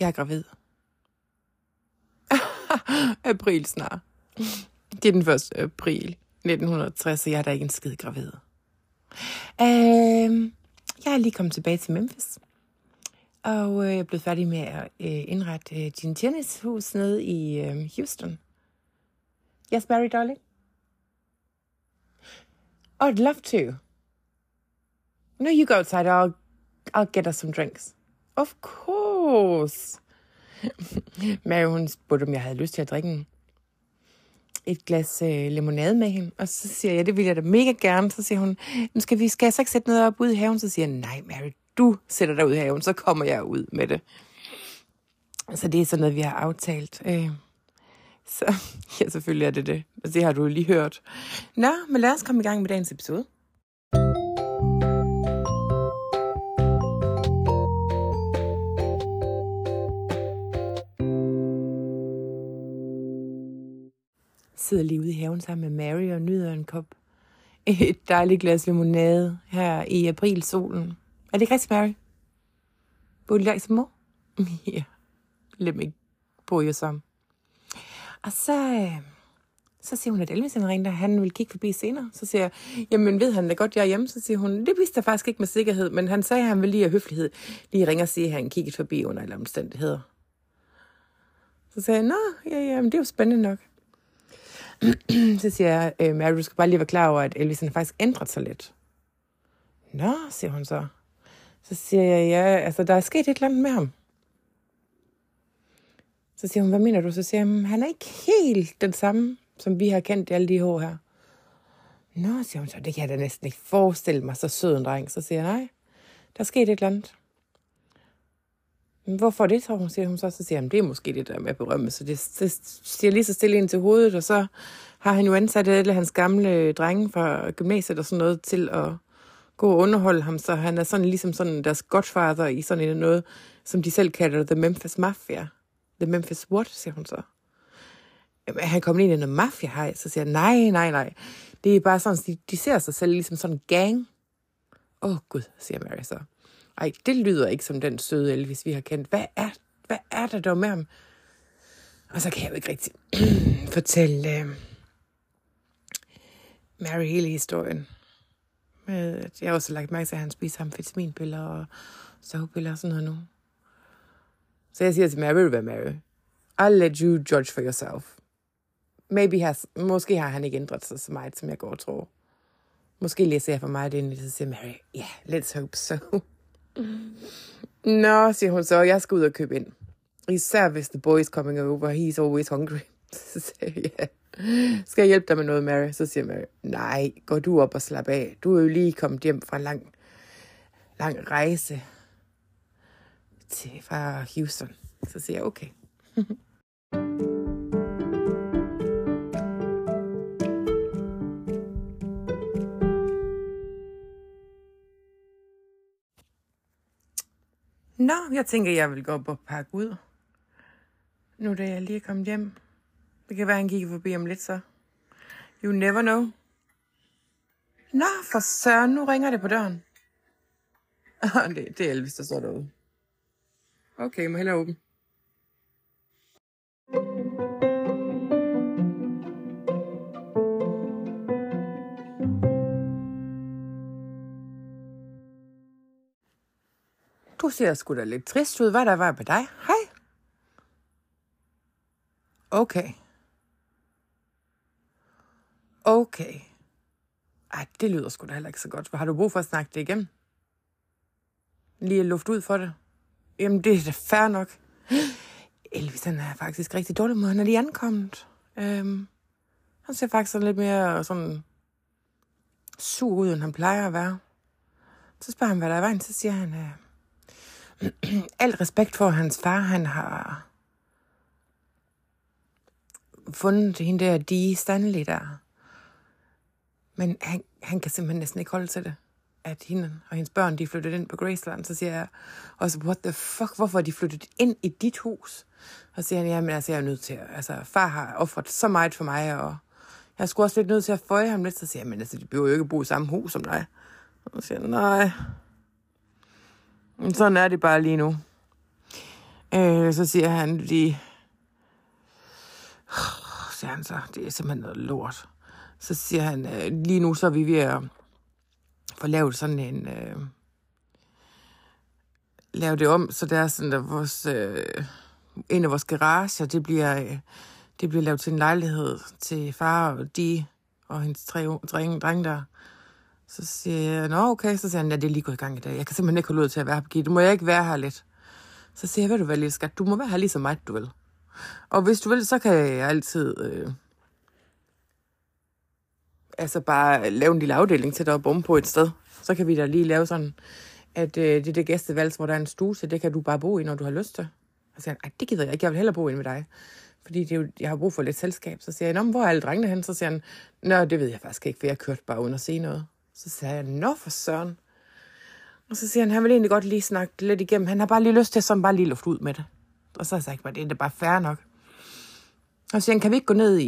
er gravid. April snart. Det er den 1. april 1960, så jeg er da ikke en skid gravid. Jeg er lige kommet tilbage til Memphis. Og jeg er blevet færdig med at indrette Gin Tierney's hus nede i Houston. Yes, Mary, darling? I'd love to. No, you go outside. I'll get us some drinks. Of course. Mary, hun spurgte, om jeg havde lyst til at drikke et glas limonade med hende. Og så siger jeg, det vil jeg da mega gerne. Så siger hun, skal jeg så ikke sætte noget op ude i haven? Så siger jeg, nej Mary, du sætter dig ud i haven, så kommer jeg ud med det. Så det er sådan noget, vi har aftalt. Så ja, selvfølgelig er det. Altså, det har du lige hørt. Nå, men lad os komme i gang med dagens episode. Sidder lige ude i haven sammen med Mary og nyder en kop. Et dejligt glas limonade her i aprilsolen. Er det ikke rigtigt, Mary? Would you like some more? Yeah. Let me pour you some. Og så siger hun, at Elvis ringer, han vil kigge forbi senere. Så siger jeg, jamen ved han da godt, jeg er hjemme? Så siger hun, det vidste jeg faktisk ikke med sikkerhed, men han sagde, at han ville lige af høflighed lige ringe og sige, at han kiggede forbi under alle omstændigheder. Så sagde jeg, nå, ja, men det er jo spændende nok. Så siger jeg, Mary, du skal bare lige være klar over, at Elvis han faktisk ændret sig lidt. Nå, siger hun så. Så siger jeg, ja, altså der er sket et eller andet med ham. Så siger hun, hvad mener du? Så siger jeg, han er ikke helt den samme, som vi har kendt i alle de år her. Nå, siger hun så, det kan jeg da næsten ikke forestille mig, så sød en dreng. Så siger jeg, nej, der er sket et eller andet. Hvorfor det, tror hun, siger hun så. Så siger jeg, det er måske det der med at berømme. Så det siger lige så stille ind til hovedet, og så har han jo ansat alle hans gamle drenge fra gymnasiet og sådan noget til at gå og underholde ham. Så han er sådan ligesom sådan deres godfather i sådan noget, som de selv kalder The Memphis Mafia. The Memphis what, siger hun så. Jamen, han kommer ind i noget mafia-hej, så siger jeg, nej. Det er bare sådan, de ser sig selv ligesom sådan en gang. Gud, siger Mary så. Ej, det lyder ikke som den søde Elvis, vi har kendt. Hvad er der dog med ham? Og så kan jeg jo ikke rigtig fortælle Mary hele historien. Jeg har også lagt mærke til, at han spiser amfetaminpiller og sovepiller og sådan noget nu. Så jeg siger til Mary, I'll let you judge for yourself. Måske har han ikke ændret sig så meget, som jeg går og tror. Måske læser jeg for mig det ind, så siger Mary, let's hope so. Nå, siger hun så, jeg skal ud og købe ind. Især hvis the boy is coming over, he's always hungry. Så siger jeg, skal jeg hjælpe dig med noget, Mary? Så siger Mary, nej, går du op og slap af. Du er jo lige kommet hjem fra en lang rejse fra Houston. Så siger jeg, okay. Nå, jeg tænker, jeg vil gå op og pakke ud. Nu da jeg lige er kommet hjem. Det kan være, han kigger forbi om lidt, så. You never know. Nå, for søren, nu ringer det på døren. Det er Elvis, der står derude. Okay, må hellere åbne. Du ser sgu da lidt trist ud. Hvad der var på dig? Hej. Okay. Ej, det lyder sgu da heller ikke så godt. Har du brug for at snakke det igennem? Lige at lufte ud for det? Jamen, det er da fair nok. Elvis, han er faktisk rigtig dårlig mod, han er lige ankommet. Han ser faktisk sådan lidt mere sådan sur ud, end han plejer at være. Så spørger han, hvad der er i vejen. Så siger han, alt respekt for hans far, han har fundet hende der Dee Stanley der. Men han kan simpelthen næsten ikke holde til det, at hende og hendes børn, de flyttede ind på Graceland. Så siger jeg også, what the fuck, hvorfor er de flyttet ind i dit hus? Og så siger han, jamen altså, jeg er nødt til far har offret så meget for mig, og jeg skulle også lidt nødt til at føje ham lidt. Så siger jeg, men altså, de behøver jo ikke bo i samme hus som dig. Og så siger han, nej. Men sådan er det bare lige nu. Så siger han lige, siger han så, det er simpelthen noget lort. Så siger han, lige nu så er vi ved at få lavet sådan en, lave det om, så det er sådan, at en af vores garager, det bliver lavet til en lejlighed til far og de og hendes tre drenge der. Så siger jeg, nå okay, så siger han, ja, det er lige gået i gang i dag. Jeg kan simpelthen ikke holde ud til at være her, Birgitte. Du må jeg ikke være her lidt. Så siger jeg, ved du hvad, lille skat, du må være her lige så meget, du vil. Og hvis du vil, så kan jeg altid bare lave en lille afdeling til dig og bombe på et sted. Så kan vi da lige lave sådan, at det gæsteværelse, hvor der er en stue, så det kan du bare bo i, når du har lyst til. Så siger han, det gider jeg ikke, jeg vil hellere bo inde med dig. Fordi det er jo, jeg har brug for lidt selskab. Så siger jeg, hvor er alle drengene hen? Så siger han, nå, det ved jeg faktisk ikke, for jeg har kørt bare uden at se noget. Så siger jeg, nå for søren. Og så siger han vil egentlig godt lige snakke lidt igennem. Han har bare lige lyst til sådan bare lige luft ud med det. Og så har jeg sagt, det er da bare fair nok. Og så siger han, kan vi ikke gå ned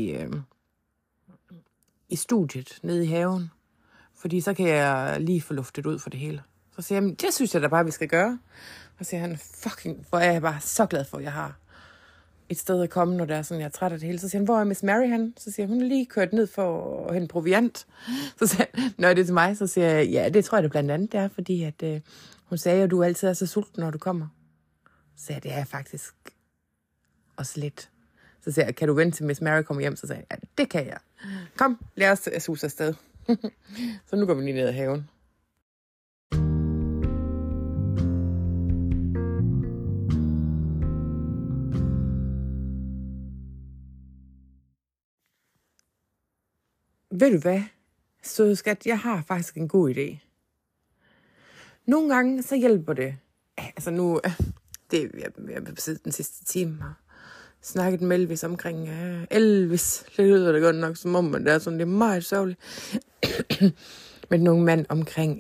i studiet, ned i haven? Fordi så kan jeg lige få luftet ud for det hele. Så siger jeg, det synes jeg da bare, vi skal gøre. Og så siger han, hvor er jeg bare så glad for, at jeg har et sted at komme, når det er sådan, jeg er træt af det hele. Så siger han, hvor er Miss Mary hen? Så siger hun, lige kørt ned for at hente proviant. Så siger han, når det er til mig, så siger jeg, ja, det tror jeg det blandt andet, det er, fordi at, hun sagde, at du altid er så sulten, når du kommer. Så siger jeg, det er jeg faktisk også lidt. Så siger jeg, kan du vente til Miss Mary kommer hjem? Så siger jeg, ja, det kan jeg. Kom, lad os suse afsted. Så nu går vi lige ned ad haven. Ved du hvad, søde skat, jeg har faktisk en god idé. Nogle gange, så hjælper det. Altså nu, det er den sidste time her. Snakket med Elvis omkring Elvis. Det lyder det godt nok, som om man er sådan, det er meget sørgeligt. Men nogle mand omkring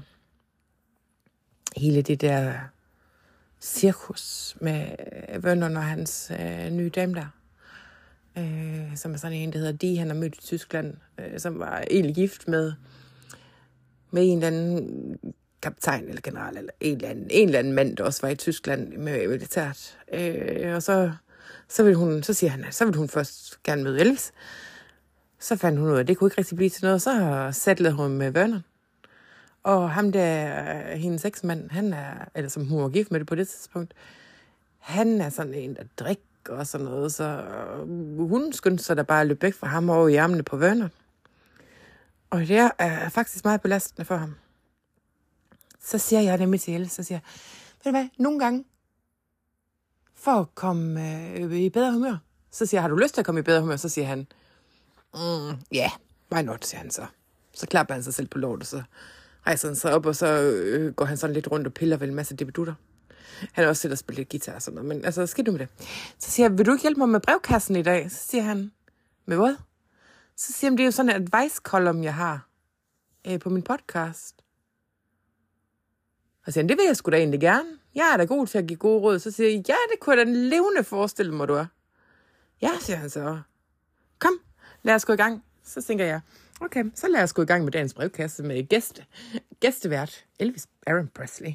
hele det der cirkus med Vernon og hans nye dame der. Som er sådan en, der hedder Dee, han har mødt i Tyskland, som var egentlig gift med en eller anden kaptajn eller general, eller en eller anden mand, der også var i Tyskland med militært. Og så ville hun først gerne møde Elvis. Så fandt hun ud af, at det kunne ikke rigtig blive til noget, så sætlede hun med Vernon. Og ham der, hendes eksmand, eller som hun var gift med det på det tidspunkt, han er sådan en, der drikker og sådan noget, så hun skyndte sig da bare at løbe væk fra ham over i armene på Vernon. Og det er faktisk meget belastende for ham. Så siger jeg nemlig til Elvis, så siger jeg, ved du hvad, nogle gange, for at komme i bedre humør, så siger jeg, har du lyst til at komme i bedre humør? Så siger han, ja, why not, siger han så. Så klapper han sig selv på låret, så rejser han sig op, og så går han sådan lidt rundt og piller vel en masse debedutter. Han har også selv at spille lidt guitar og sådan noget, men altså, skidt du med det. Så siger jeg, vil du ikke hjælpe mig med brevkassen i dag? Så siger han, med hvad? Så siger han, det er jo sådan en advice-column, jeg har på min podcast. Og så siger han, det vil jeg sgu da egentlig gerne. Jeg er da god til at give gode råd. Så siger jeg, ja, det kunne jeg da en levende forestille mig, du er. Ja, siger han så. Kom, lad os gå i gang. Så tænker jeg, okay, så lad os gå i gang med dagens brevkasse med gæstevært Elvis Aaron Presley.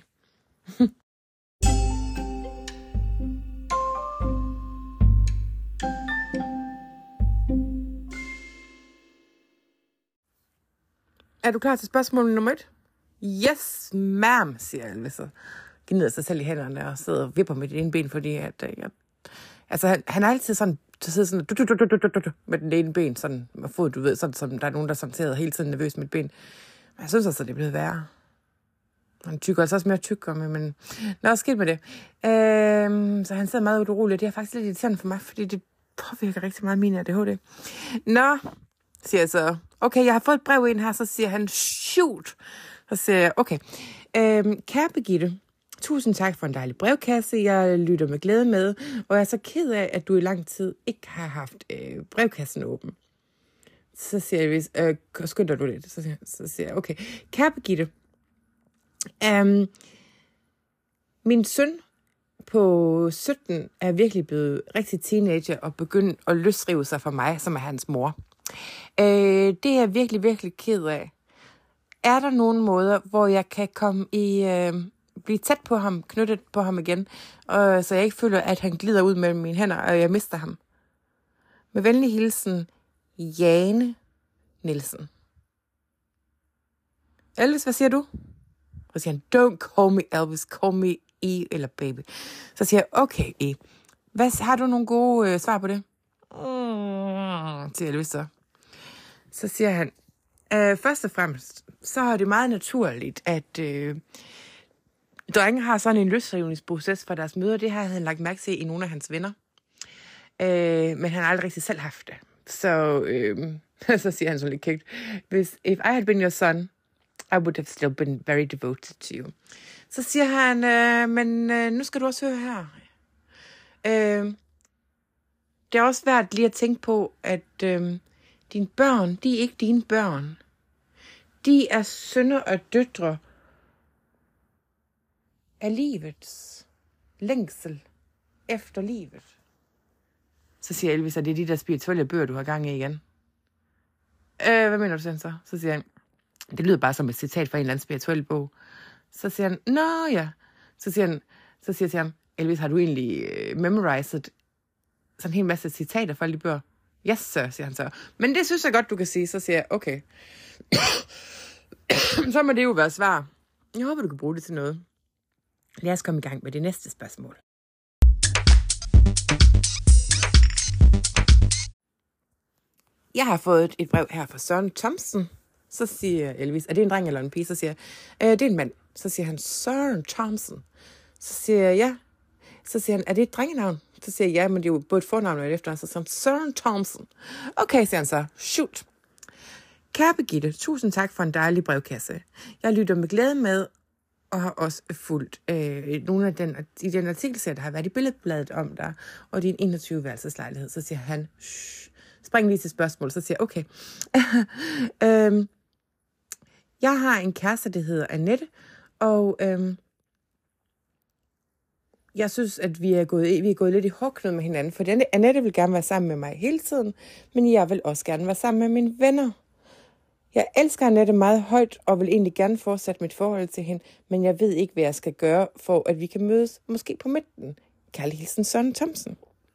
Er du klar til spørgsmål nummer 1? Yes, ma'am, siger Elvis. Så gnider sig selv i hænderne og sidder og vipper med det ene ben, fordi at, han er altid sådan, med den ene ben, sådan med fod, du ved, sådan som der er nogen, der sådan sidder hele tiden nervøs med et ben. Men jeg synes altså, det er blevet værre. Han tykker altså også mere tykker, men der er skidt med det. Så han sidder meget urolig, det er faktisk lidt irriterende for mig, fordi det påvirker rigtig meget min ADHD. Nå, siger jeg så, okay, jeg har fået et brev ind her, så siger han, shoot. Så siger jeg, okay, kære Birgitte, tusind tak for en dejlig brevkasse, jeg lytter med glæde med, og jeg er så ked af, at du i lang tid ikke har haft brevkassen åben. Så siger jeg, skynder du lidt? Så siger jeg, okay, kære Birgitte, min søn på 17 er virkelig blevet rigtig teenager og begyndt at løsrive sig fra mig, som er hans mor. Det er jeg virkelig, virkelig ked af. Er der nogle måder, hvor jeg kan komme i blive tæt på ham, knyttet på ham igen, og så jeg ikke føler, at han glider ud mellem mine hænder, og jeg mister ham. Med venlig hilsen, Jane Nielsen. Elvis, hvad siger du? Så siger han, don't call me Elvis, call me E eller baby. Så siger jeg, okay E. Har du nogle gode svar på det? Siger Elvis så. Så siger han, først og fremmest, så er det meget naturligt, at drenge har sådan en løsrivningsproces fra deres møder. Det har han lagt mærke til i nogle af hans venner. Men han har aldrig rigtig selv haft det. Så, så siger han så lidt kægt, if I had been your son, I would have still been very devoted to you. Så siger han, men nu skal du også høre her. Det er også værd lige at tænke på, at dine børn, de er ikke dine børn. De er sønner og døtre af livets længsel efter livet. Så siger Elvis, at det er de der spirituelle bøger, du har gang i igen. Hvad mener du så? Så siger han, det lyder bare som et citat fra en eller anden spirituel bog. Så siger han, nå ja. Så siger jeg til ham, Elvis, har du egentlig memorized sådan en hel masse citater fra alle de bøger? Yes, sir, siger han så. Men det synes jeg godt, du kan sige. Så siger jeg, okay. Så må det jo være svar. Jeg håber, du kan bruge det til noget. Lad os komme i gang med det næste spørgsmål. Jeg har fået et brev her fra Søren Thomsen. Så siger Elvis, er det en dreng eller en pige? Så siger jeg, det er en mand. Så siger han, Søren Thomsen. Så siger jeg, ja. Så siger han, er det et drengenavn? Så siger jeg, ja, men det er jo både et fornavn og et efternavn. Så siger han, Søren Thomsen. Okay, siger han så, shoot. Kære Birgitte, tusind tak for en dejlig brevkasse. Jeg lytter med glæde med, og har også fulgt nogle af den artikelserie, der har været i Billedbladet om dig, og din 21-værelseslejlighed. Så siger han, spring lige til spørgsmål. Så siger jeg, okay. Jeg har en kæreste, der hedder Annette, og jeg synes, at vi er gået lidt i hårdknud med hinanden, for Annette vil gerne være sammen med mig hele tiden, men jeg vil også gerne være sammen med mine venner. Jeg elsker Annette meget højt, og vil egentlig gerne fortsætte mit forhold til hende, men jeg ved ikke, hvad jeg skal gøre, for at vi kan mødes, måske på midten. Kærlig hilsen, Søren Thomsen.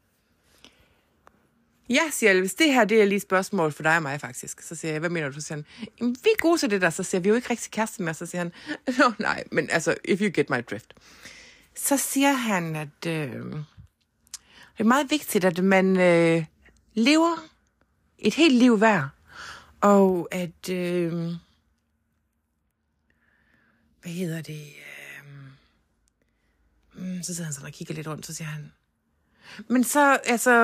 Ja, siger Elvis, det her det er lige et spørgsmål for dig og mig faktisk. Så siger jeg, hvad mener du? Så siger han, jamen, vi er gode til det der. Så siger vi jo ikke rigtig kæreste mere. Så siger han, nej, men altså, if you get my drift. Så siger han, at det er meget vigtigt, at man lever et helt liv hver. Og at, hvad hedder det? Så sidder han sådan og kigger lidt rundt, så siger han, men så,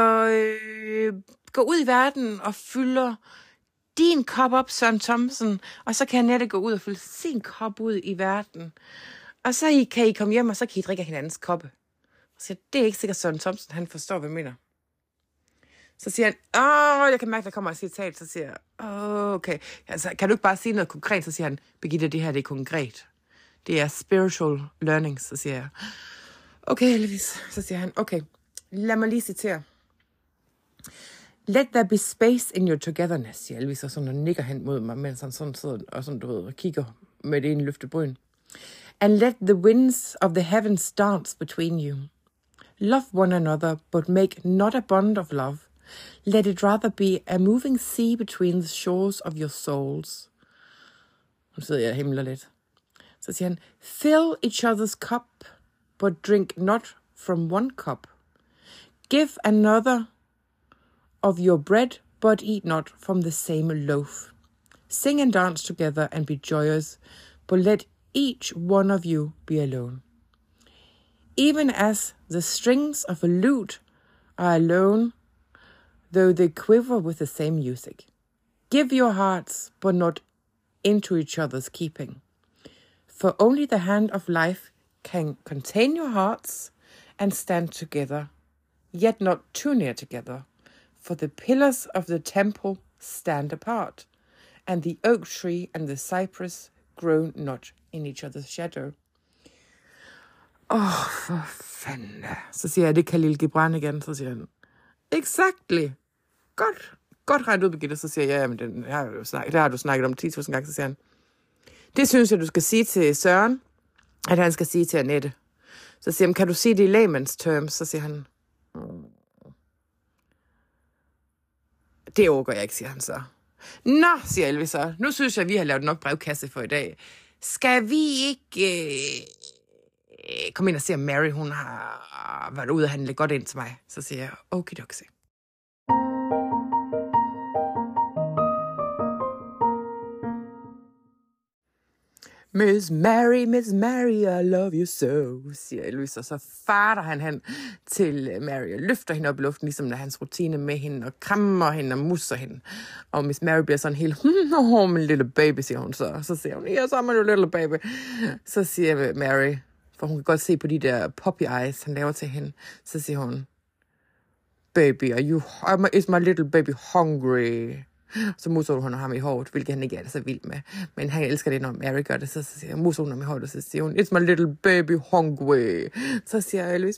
gå ud i verden og fylder din kop op, Søren Thomsen, og så kan Annette gå ud og fylde sin kop ud i verden. Og så kan I komme hjem, og så kan I drikke hinandens koppe. Så det er ikke sikkert, Søren Thomsen, han forstår, hvad jeg mener. Så siger han, jeg kan mærke, der kommer et citat. Så siger jeg, okay. Altså, kan du ikke bare sige noget konkret? Så siger han, Birgitte, det her det er konkret. Det er spiritual learning. Så siger jeg, okay, Elvis. Så siger han, okay, lad mig lige citere. Let there be space in your togetherness, siger Elvis, og sådan og nikker hen mod mig, mens han sådan sidder og sådan, du ved, og kigger med det ene løftebryn. And let the winds of the heavens dance between you. Love one another, but make not a bond of love. Let it rather be a moving sea between the shores of your souls. Nu sidder jeg og himler lidt. Så siger han, fill each other's cup, but drink not from one cup. Give another of your bread, but eat not from the same loaf. Sing and dance together and be joyous, but let each one of you be alone. Even as the strings of a lute are alone, though they quiver with the same music. Give your hearts, but not into each other's keeping. For only the hand of life can contain your hearts and stand together, yet not too near together. For the pillars of the temple stand apart, and the oak tree and the cypress grow not in each other's shadow. For fanden. Så siger jeg, det kan Lille Gibran igen. Så siger han, exactly. Godt regnet ud, Birgitte. Så siger jeg, ja, men det har du snakket om 10.000 gange. Så siger han, det synes jeg, du skal sige til Søren. at han skal sige til Annette. Så siger han, kan du sige det i layman's terms? Så siger han, det overgår jeg ikke, siger han så. Nå, siger Elvis så. Nu synes jeg, vi har lavet nok brevkasse for i dag. Skal vi ikke komme ind og se, om Mary, hun har været ude og handle godt ind til mig? Så siger jeg, okidoksi. Miss Mary, I love you so, siger Elvis, og så farter han hen til Mary og løfter hende op i luften, ligesom der er hans rutine med hende, og krammer hende og musser hende. Og Miss Mary bliver sådan helt, oh, my little baby, siger hun så. Så siger hun, yes, I'm a little baby. Så siger Mary, for hun kan godt se på de der puppy eyes, han laver til hende, så siger hun, baby, is my little baby hungry? Så musser hun ham i håret, hvilket han ikke er så vild med. Men han elsker det, når Mary gør det. Så siger hun, musser hun ham i håret, og så siger hun, it's my little baby hungry. Så siger Elvis,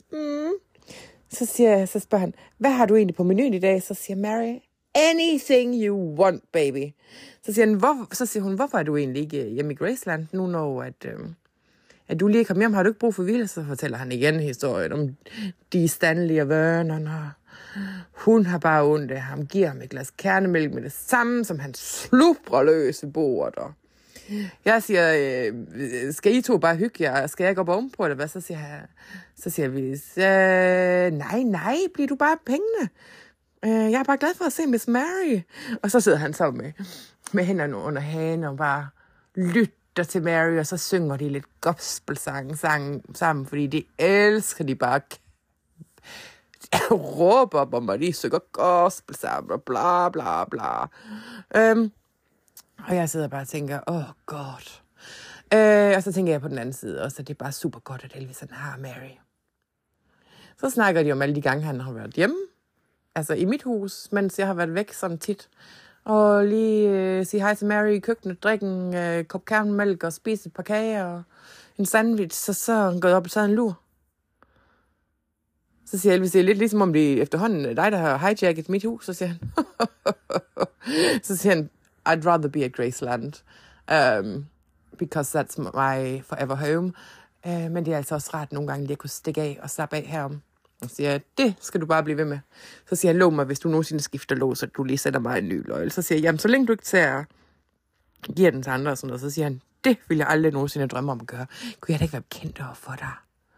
Så spørger han, hvad har du egentlig på menuen i dag? Så siger Mary, anything you want, baby. Så siger hun, hvorfor er du egentlig ikke hjemme i Graceland, nu når at du lige kom hjem, har du ikke brug for hvile? Så fortæller han igen historien om de Stanley og Vernon, og hun har bare ondt af ham, giver ham et glas kernemælk med det samme, som han slubrer løs i bordet. Og jeg siger, skal I to bare hygge jer? Skal jeg gå ovenpå, eller hvad? Så siger vi, nej, bliver du bare pengene? Jeg er bare glad for at se Miss Mary. Og så sidder han så med hænderne under hagen og bare lytter til Mary, og så synger de lidt gospel-sang sammen, fordi de elsker de bare råber op om, at de synger gospel sammen, og bla bla bla. Og jeg sidder bare og tænker, god. Og så tænker jeg på den anden side også, at det er bare super godt, at Elvis har Mary. Så snakker de om alle de gange, han har været hjemme. Altså i mit hus, mens jeg har været væk sådan tit. Og lige sige hej til Mary i køkkenet, drikke en kop kernemælk og spise et par kager og en sandwich. Så går jeg op og tager en lur. Så siger Elvis, det er lidt ligesom om det efterhånden er dig, der har hijacket mit hus. Så siger han, I'd rather be at Graceland, because that's my forever home. Men det er altså også rart nogle gange lige at kunne stikke af og slappe af herom. Og siger, det skal du bare blive ved med. Så siger han, lov mig, hvis du nogensinde skifter lås, at du lige sætter mig en ny løgle. Så siger jeg, jamen så længe du ikke tager, giver den til andre og sådan noget. Så siger han, det vil jeg aldrig nogensinde drømme om at gøre. Kunne jeg da ikke være bekendt over for dig?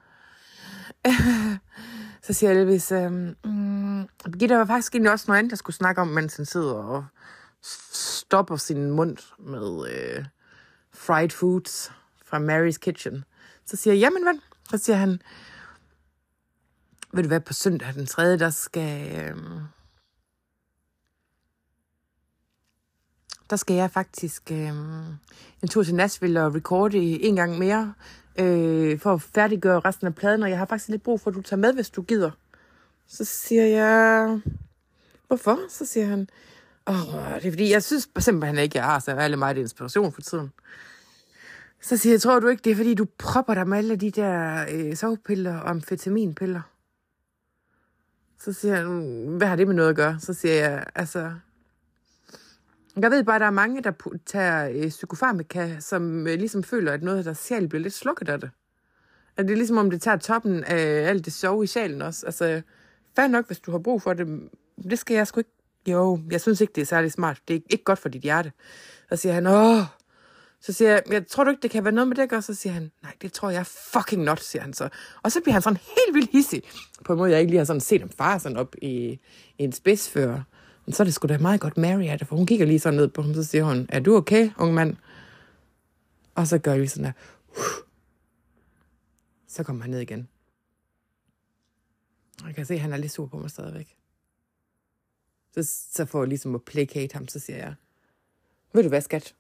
Så siger Elvis, Birgitte, var faktisk egentlig også noget andet, der skulle snakke om, mens han sidder og stopper sin mund med fried foods fra Mary's Kitchen. Så siger jeg, jamen ven. Så siger han, ved du hvad, på søndag den 3. der skal jeg faktisk en tur til Nashville og recorde en gang mere, for at færdiggøre resten af pladen, og jeg har faktisk lidt brug for, at du tager med, hvis du gider. Så siger jeg, hvorfor? Så siger han, det er fordi, jeg synes simpelthen ikke, jeg har så alle meget inspiration for tiden. Så siger jeg, tror du ikke, det er fordi, du propper dig med alle de der sovepiller og amfetaminpiller? Så siger han, hvad har det med noget at gøre? Så siger jeg, jeg ved bare, at der er mange, der tager psykofarmaka, som ligesom føler, at noget af deres sjæl bliver lidt slukket af det. At det er ligesom, om det tager toppen af alt det sjove i sjælen også. Fair nok, hvis du har brug for det. Det skal jeg sgu ikke. Jo, jeg synes ikke, det er særlig smart. Det er ikke godt for dit hjerte. Så siger han, Så siger jeg tror du ikke, det kan være noget med det, gør? Så siger han, nej, det tror jeg fucking not, siger han så. Og så bliver han sådan helt vildt hissig. På en måde, jeg ikke lige har sådan set ham far sådan op i en spids før. Men så er det sgu da meget godt, Mary er det, for hun kigger lige sådan ned på ham, så siger hun, er du okay, unge mand? Og så gør vi sådan der. Så kommer han ned igen. Og jeg kan se, at han er lidt sur på mig stadigvæk. Så får jeg ligesom at placate ham, så siger jeg, ved du hvad, skat?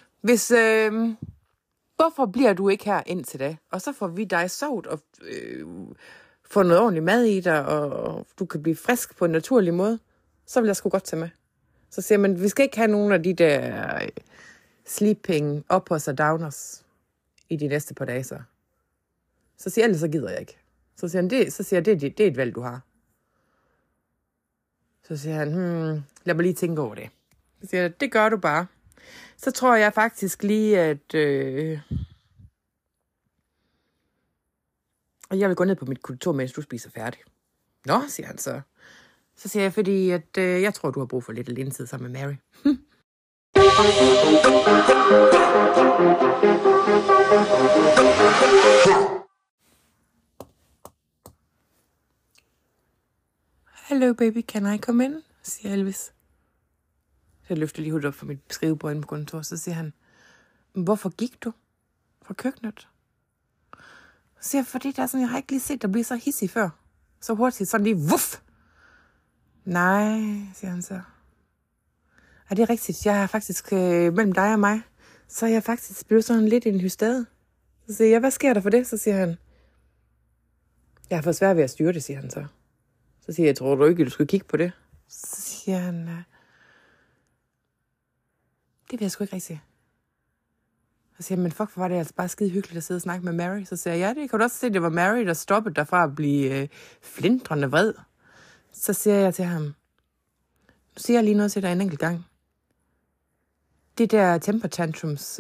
Hvorfor bliver du ikke her indtil da? Og så får vi dig sovet og får noget ordentligt mad i dig, og du kan blive frisk på en naturlig måde. Så vil jeg sgu godt tage med. Så siger man, vi skal ikke have nogen af de der sleeping uppers og downers i de næste par dage, så. Så siger jeg, ellers så gider jeg ikke. Så siger han, det er et valg, du har. Så siger han, lad mig lige tænke over det. Så siger jeg, det gør du bare. Så tror jeg faktisk lige, at Og jeg vil gå ned på mit kontor, mens du spiser færdig. Nå, siger han så. Så siger jeg, fordi at, jeg tror, du har brug for lidt alenetid sammen med Mary. Hello baby, can I come in? Siger Elvis. Så jeg løfter lige hovedet op fra mit skrivebord inde på kontoret, så siger han, hvorfor gik du fra køkkenet? Så siger jeg, fordi der er sådan, jeg har ikke lige set dig blive så hissig før. Så hurtigt, sådan lige, vuff! Nej, siger han så. Er det rigtigt? Jeg har faktisk, mellem dig og mig, så er jeg faktisk blevet sådan lidt en hystade. Så siger jeg, hvad sker der for det? Så siger han, jeg har fået svært ved at styre det, siger han så. Så siger jeg, tror du ikke, du skulle kigge på det? Så siger han, det vil jeg sgu ikke rigtig sige. Så siger jeg, men fuck, hvor var det altså bare skide hyggeligt at sidde og snakke med Mary. Så siger jeg, ja, det kan du også se, det var Mary, der stoppede dig fra at blive flindrende vred. Så siger jeg til ham, nu siger jeg lige noget til dig en enkelt gang. Det der temper tantrums,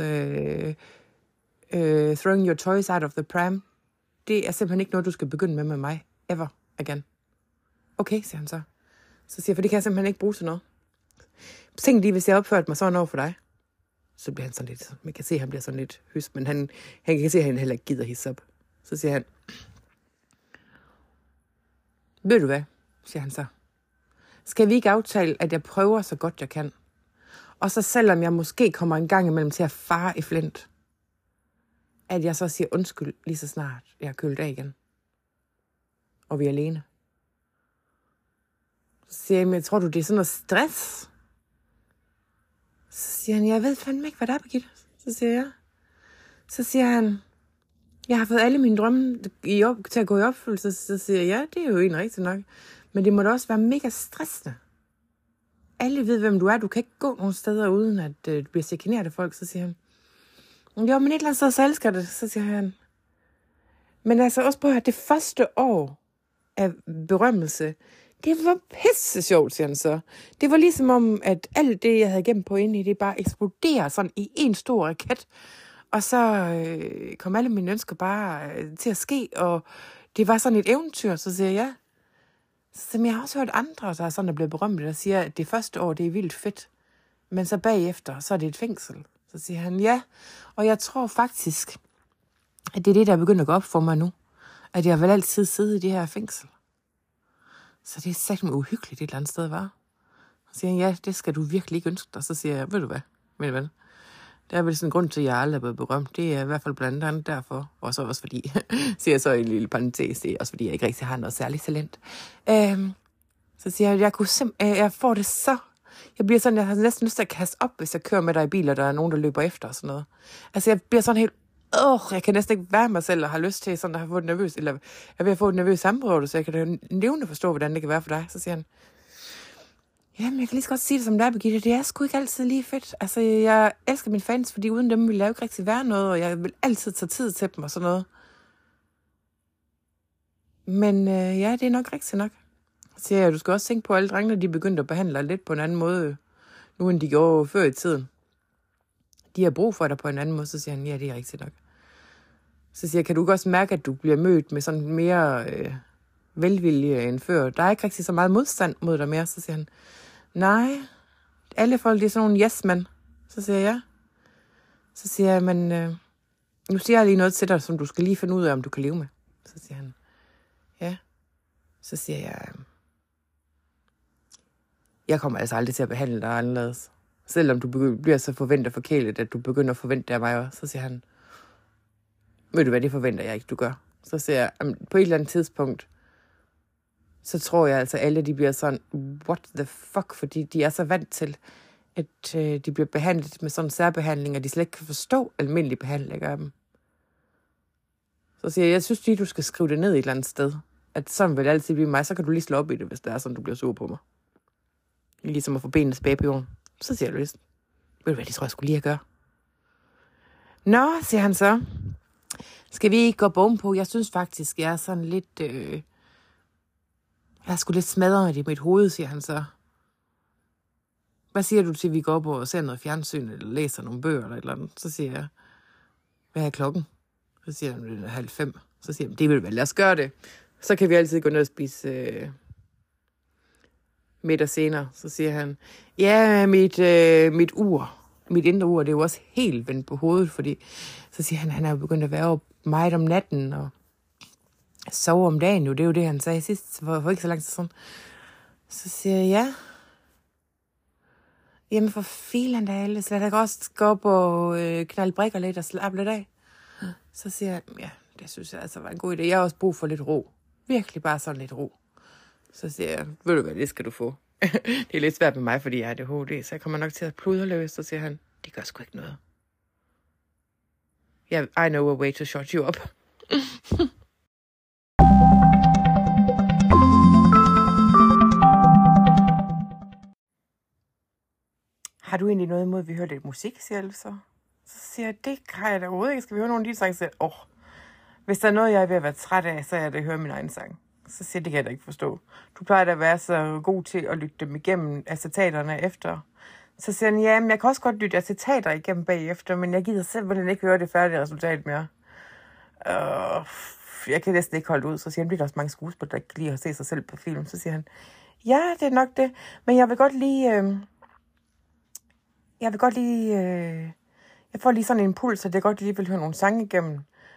throwing your toys out of the pram, det er simpelthen ikke noget, du skal begynde med mig. Ever again. Okay, siger han så. Så siger jeg, for det kan jeg simpelthen ikke bruge til noget. Tænk lige, hvis jeg opførte mig sådan over for dig. Så bliver han sådan lidt, man kan se, at han bliver sådan lidt hys, men han kan se, at han heller ikke gider hisse op. Så siger han, ved du hvad, siger han så. Skal vi ikke aftale, at jeg prøver så godt jeg kan? Og så selvom jeg måske kommer en gang imellem til at fare i flint, at jeg så siger undskyld lige så snart jeg har kølet af igen. Og vi er alene. Så siger jeg, men tror du, det er sådan noget stress? Så siger han, jeg ved fandme ikke, hvad der er, Birgitte. Så siger jeg. Så siger han, jeg har fået alle mine drømme til at gå i opfyldelse. Så siger jeg, ja, det er jo egentlig rigtigt nok. Men det må da også være mega stressende. Alle ved, hvem du er. Du kan ikke gå nogen steder, uden at du bliver chikaneret af folk. Så siger han, jo, men et eller andet sted, så elsker det. Så siger han, men altså også prøv at det første år af berømmelse, det var pisse sjovt, siger han så. Det var ligesom om, at alt det, jeg havde gemt på inde i, det bare eksploderer sådan i en stor raket. Og så kom alle mine ønsker bare til at ske, og det var sådan et eventyr. Så siger jeg, ja. Så jeg har også hørt andre, der er sådan, der bliver berømte, der siger, at det første år, det er vildt fedt. Men så bagefter, så er det et fængsel. Så siger han, ja. Og jeg tror faktisk, at det er det, der er begyndt at gå op for mig nu. At jeg vil altid sidde i det her fængsel. Så det er sagt mig uhyggeligt et eller andet sted, var. Så siger han, ja, det skal du virkelig ikke ønske dig. Så siger jeg, ved du hvad? Der er vel sådan en grund til, at jeg aldrig er blevet berømt. Det er i hvert fald blandt andet derfor. Og så også fordi, siger jeg så i en lille parentes, det er også fordi, jeg ikke rigtig har noget særligt talent. Så siger jeg, jeg får det så. Jeg bliver sådan, jeg har næsten lyst til at kaste op, hvis jeg kører med dig i bil, og der er nogen, der løber efter og sådan noget. Altså, jeg bliver sådan helt, jeg kan næsten ikke være mig selv, og har lyst til sådan at have fået nervøs, eller jeg er ved at få et nervøs sammenbrud, så jeg kan da nævne forstå, hvordan det kan være for dig. Så siger han, jamen, jeg kan lige så godt sige det som dig, Birgitte. Det er sgu ikke altid lige fedt. Altså, jeg elsker mine fans, fordi uden dem ville jeg jo ikke rigtig være noget, og jeg vil altid tage tid til dem og sådan noget. Men ja, det er nok rigtigt nok. Så siger jeg, du skal også tænke på, at alle drengene, de begyndte at behandle dig lidt på en anden måde, nu end de gjorde før i tiden. De har brug for dig på en anden måde. Så siger han, ja, det er rigtigt nok. Så siger jeg, kan du ikke også mærke, at du bliver mødt med sådan mere velvilje end før? Der er ikke rigtig så meget modstand mod dig mere. Så siger han, nej, alle folk, det er sådan nogle yes-mænd. Så siger jeg, ja. Så siger jeg, men nu siger jeg lige noget til dig, som du skal lige finde ud af, om du kan leve med. Så siger han, ja. Så siger jeg kommer altså aldrig til at behandle dig anderledes. Selvom du bliver så forventet forkælet, at du begynder at forvente det af mig også. Så siger han, ved du hvad, det forventer jeg ikke, du gør. Så siger jeg, på et eller andet tidspunkt, så tror jeg altså, alle de bliver sådan, what the fuck, fordi de er så vant til, at de bliver behandlet med sådan en særbehandling, at de slet ikke kan forstå almindelig behandling af dem. Så siger jeg synes lige, du skal skrive det ned et eller andet sted. At sådan vil det altid blive mig, så kan du lige slå op i det, hvis det er sådan, du bliver sur på mig. Ligesom at få benene tilbage på jorden. Så siger du lige, ved du hvad, det tror jeg skulle lige at gøre. Nå, siger han så. Skal vi ikke gå bogen på? Jeg synes faktisk, jeg er sådan lidt... jeg er sgu lidt smadret i mit hoved, siger han så. Hvad siger du til, at vi går op og ser noget fjernsyn, eller læser nogle bøger, eller et eller andet? Så siger jeg, hvad er klokken? Så siger han, det er 4:30. Så siger han, det vil vel, lad os gøre det. Så kan vi altid gå ned og spise middag senere. Så siger han, ja, mit ur, mit indre ur, det er jo også helt vendt på hovedet, fordi så siger han er jo begyndt at være op meget om natten, og sove om dagen jo, det er jo det, han sagde sidst, for ikke så lang tid siden. Så siger jeg, ja. Jamen for filen da alle, så lad dig også gå op og knalde brikker lidt og slappe lidt af. Så siger jeg, ja, det synes jeg altså var en god idé. Jeg har også brug for lidt ro. Virkelig bare sådan lidt ro. Så siger jeg, ved du hvad, det skal du få. Det er lidt svært med mig, fordi jeg har ADHD, så jeg kommer nok til at pludre løs. Så siger han, det gør sgu ikke noget. Yeah, I know a way to shut you up. Har du egentlig noget imod, at vi hører lidt musik, siger Elvis så? Så siger jeg, det har jeg da overhovedet ikke. Skal vi høre nogle af de sange? Så siger jeg, hvis der er noget, jeg er ved at være træt af, så er det at høre min egen sang. Så siger jeg, det kan jeg da ikke forstå. Du plejer da at være så god til at lytte dem igennem acetaterne efter. Så siger han, ja, men jeg kan også godt lytte acetater igennem bagefter, men jeg gider simpelthen ikke høre det færdige resultat mere. Jeg kan næsten ikke holde ud. Så siger han, det er også mange skuespillere, der ikke kan lide at se sig selv på film. Så siger han, ja, det er nok det, men jeg vil godt lige... Jeg får lige sådan en impuls, at jeg godt lige vil høre nogle sange igennem,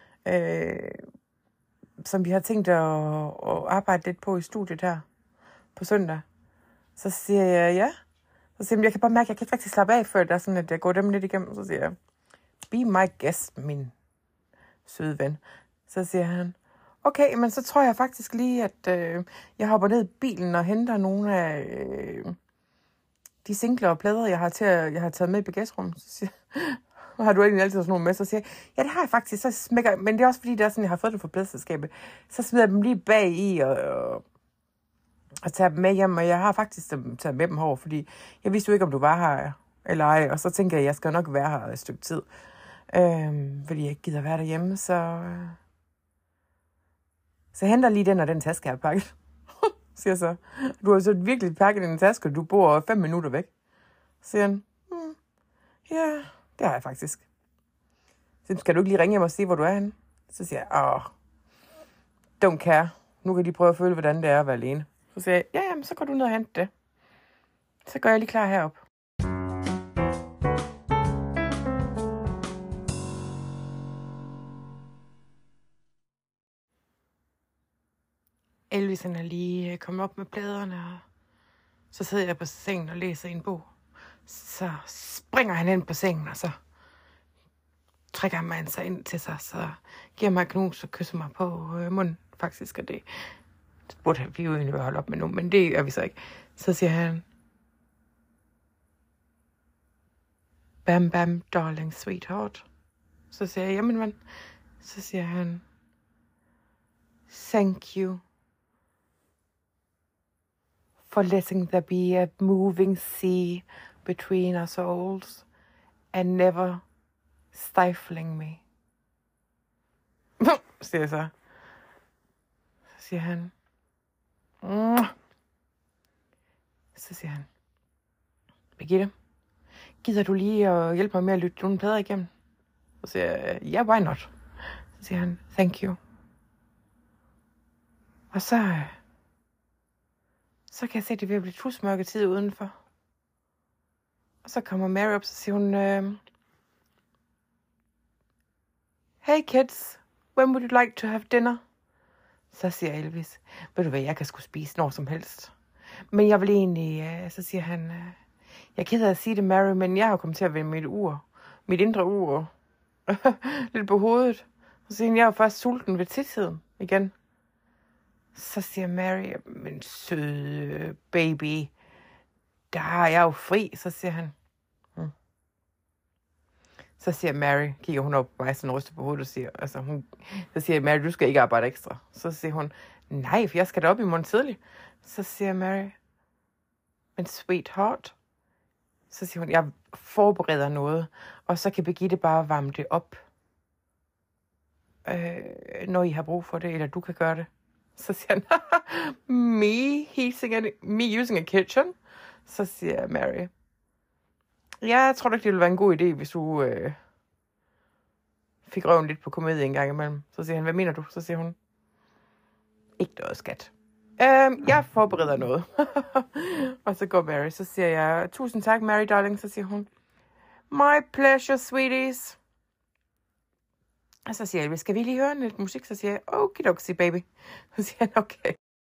som vi har tænkt at arbejde lidt på i studiet her på søndag. Så siger jeg, ja. Så siger jeg, jeg kan bare mærke, at jeg kan ikke rigtig slappe af, før der er sådan, at jeg går dem lidt igennem. Så siger jeg, be my guest, min søde ven. Så siger han, okay, men så tror jeg faktisk lige, at jeg hopper ned i bilen og henter nogle af... de singler og plader, jeg har taget med i bagagerummet. Så siger har du egentlig altid sådan nogle med? Så siger jeg, ja, det har jeg faktisk. Så smækker, men det er også fordi, det er sådan, jeg har fået det fra pladeselskabet. Så smider jeg dem lige bag i og tager dem med hjem. Og jeg har faktisk taget med dem herover, fordi jeg vidste jo ikke, om du var her eller ej. Og så tænker jeg skal nok være her et stykke tid. Fordi jeg ikke gider være derhjemme. Så henter lige den og den taske, jeg har pakket. Siger så, du har så virkelig pakket en taske, og du bor 5 minutter væk. Siger han, ja, det har jeg faktisk. Så skal du ikke lige ringe hjem og se, hvor du er henne? Så siger jeg, don't care. Nu kan de prøve at føle, hvordan det er at være alene. Så siger jeg, ja, jamen, så går du ned og hente det. Så går jeg lige klar herop. Elvis han er lige kommet op med pladerne, og så sidder jeg på sengen og læser en bog. Så springer han ind på sengen, og så trækker han sig ind til sig, så giver mig en knus og kysser mig på munden, faktisk. Og det burde vi jo egentlig holde op med nu, men det er vi så ikke. Så siger han, bam, bam, darling, sweetheart. Så siger jeg, jamen, mand. Så siger han, thank you for letting there be a moving sea between our souls and never stifling me. Siger jeg så. Så siger han. Så siger han. Birgitte, gider du lige at hjælpe mig med at lytte nogle plader igennem? Så siger jeg, ja, why not? Så siger han, thank you. Og så kan jeg se, at det vil blive tusmørke tid udenfor. Og så kommer Mary op, så siger hun, hey kids, when would you like to have dinner? Så siger Elvis, ved du hvad, jeg kan sgu spise når som helst. Men jeg vil egentlig, så siger han, jeg er ked af at sige det, Mary, men jeg har kommet til at vende mit indre ur, lidt på hovedet. Så siger han, jeg er jo først sulten ved tidtiden igen. Så siger Mary, men søde baby, der er jeg jo fri. Så siger han, Så siger Mary, kigger hun op på mig, sådan ryster på hovedet og siger, så siger Mary, du skal ikke arbejde ekstra. Så siger hun, nej, for jeg skal da op i morgen tidlig. Så siger Mary, men sweetheart. Så siger hun, jeg forbereder noget, og så kan Birgitte bare varme det op, når I har brug for det, eller du kan gøre det. Så siger han, me using a kitchen. Så siger Mary, ja, jeg tror ikke, det ville være en god idé, hvis du fik røven lidt på komedie en gang imellem. Så siger han, hvad mener du? Så siger hun, ikke noget, skat. Jeg forbereder noget. Og så går Mary, så siger jeg, tusind tak, Mary darling. Så siger hun, my pleasure, sweeties. Og så siger jeg, skal vi lige høre lidt musik? Så siger jeg, okidoki, baby. Så siger han, okay.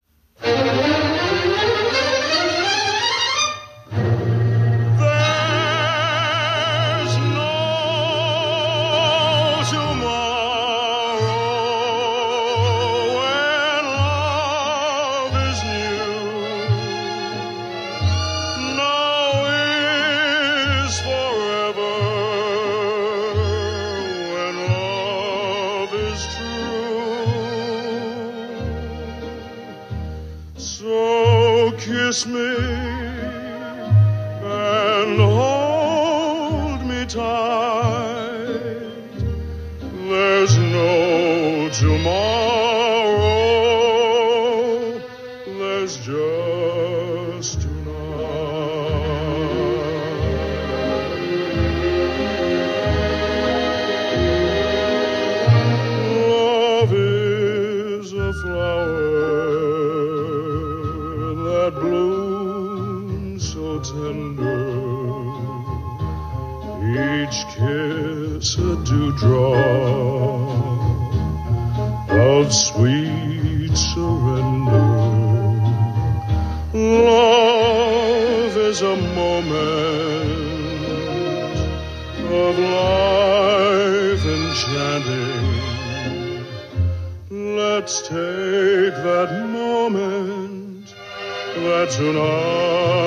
Kiss me and hold me tight. There's no tomorrow. There's just tonight. Love is a flower bloom so tender, each kiss a dewdrop of sweet surrender. Love is a moment of life enchanting. Let's take that moment. That tonight